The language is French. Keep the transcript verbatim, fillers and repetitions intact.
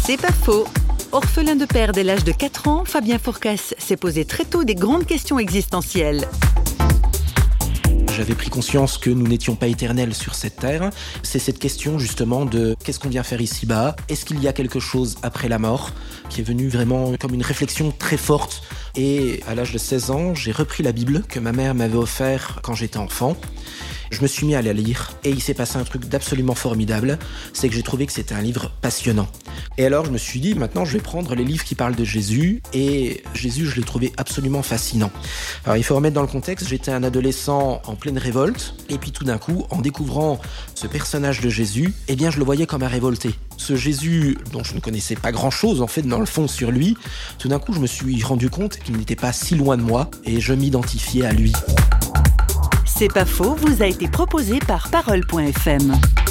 C'est pas faux. Orphelin de père dès l'âge de quatre ans, Fabien Fourcas s'est posé très tôt des grandes questions existentielles. J'avais pris conscience que nous n'étions pas éternels sur cette terre. C'est cette question justement de qu'est-ce qu'on vient faire ici-bas ? Est-ce qu'il y a quelque chose après la mort ? Qui est venue vraiment comme une réflexion très forte. Et à l'âge de seize ans, j'ai repris la Bible que ma mère m'avait offerte quand j'étais enfant. Je me suis mis à la lire et il s'est passé un truc d'absolument formidable, c'est que j'ai trouvé que c'était un livre passionnant. Et alors je me suis dit, maintenant je vais prendre les livres qui parlent de Jésus, et Jésus je l'ai trouvé absolument fascinant. Alors il faut remettre dans le contexte, j'étais un adolescent en pleine révolte, et puis tout d'un coup, en découvrant ce personnage de Jésus, eh bien je le voyais comme un révolté. Ce Jésus dont je ne connaissais pas grand-chose en fait dans le fond sur lui, tout d'un coup je me suis rendu compte qu'il n'était pas si loin de moi, et je m'identifiais à lui. C'est pas faux, vous a été proposé par Parole point F M.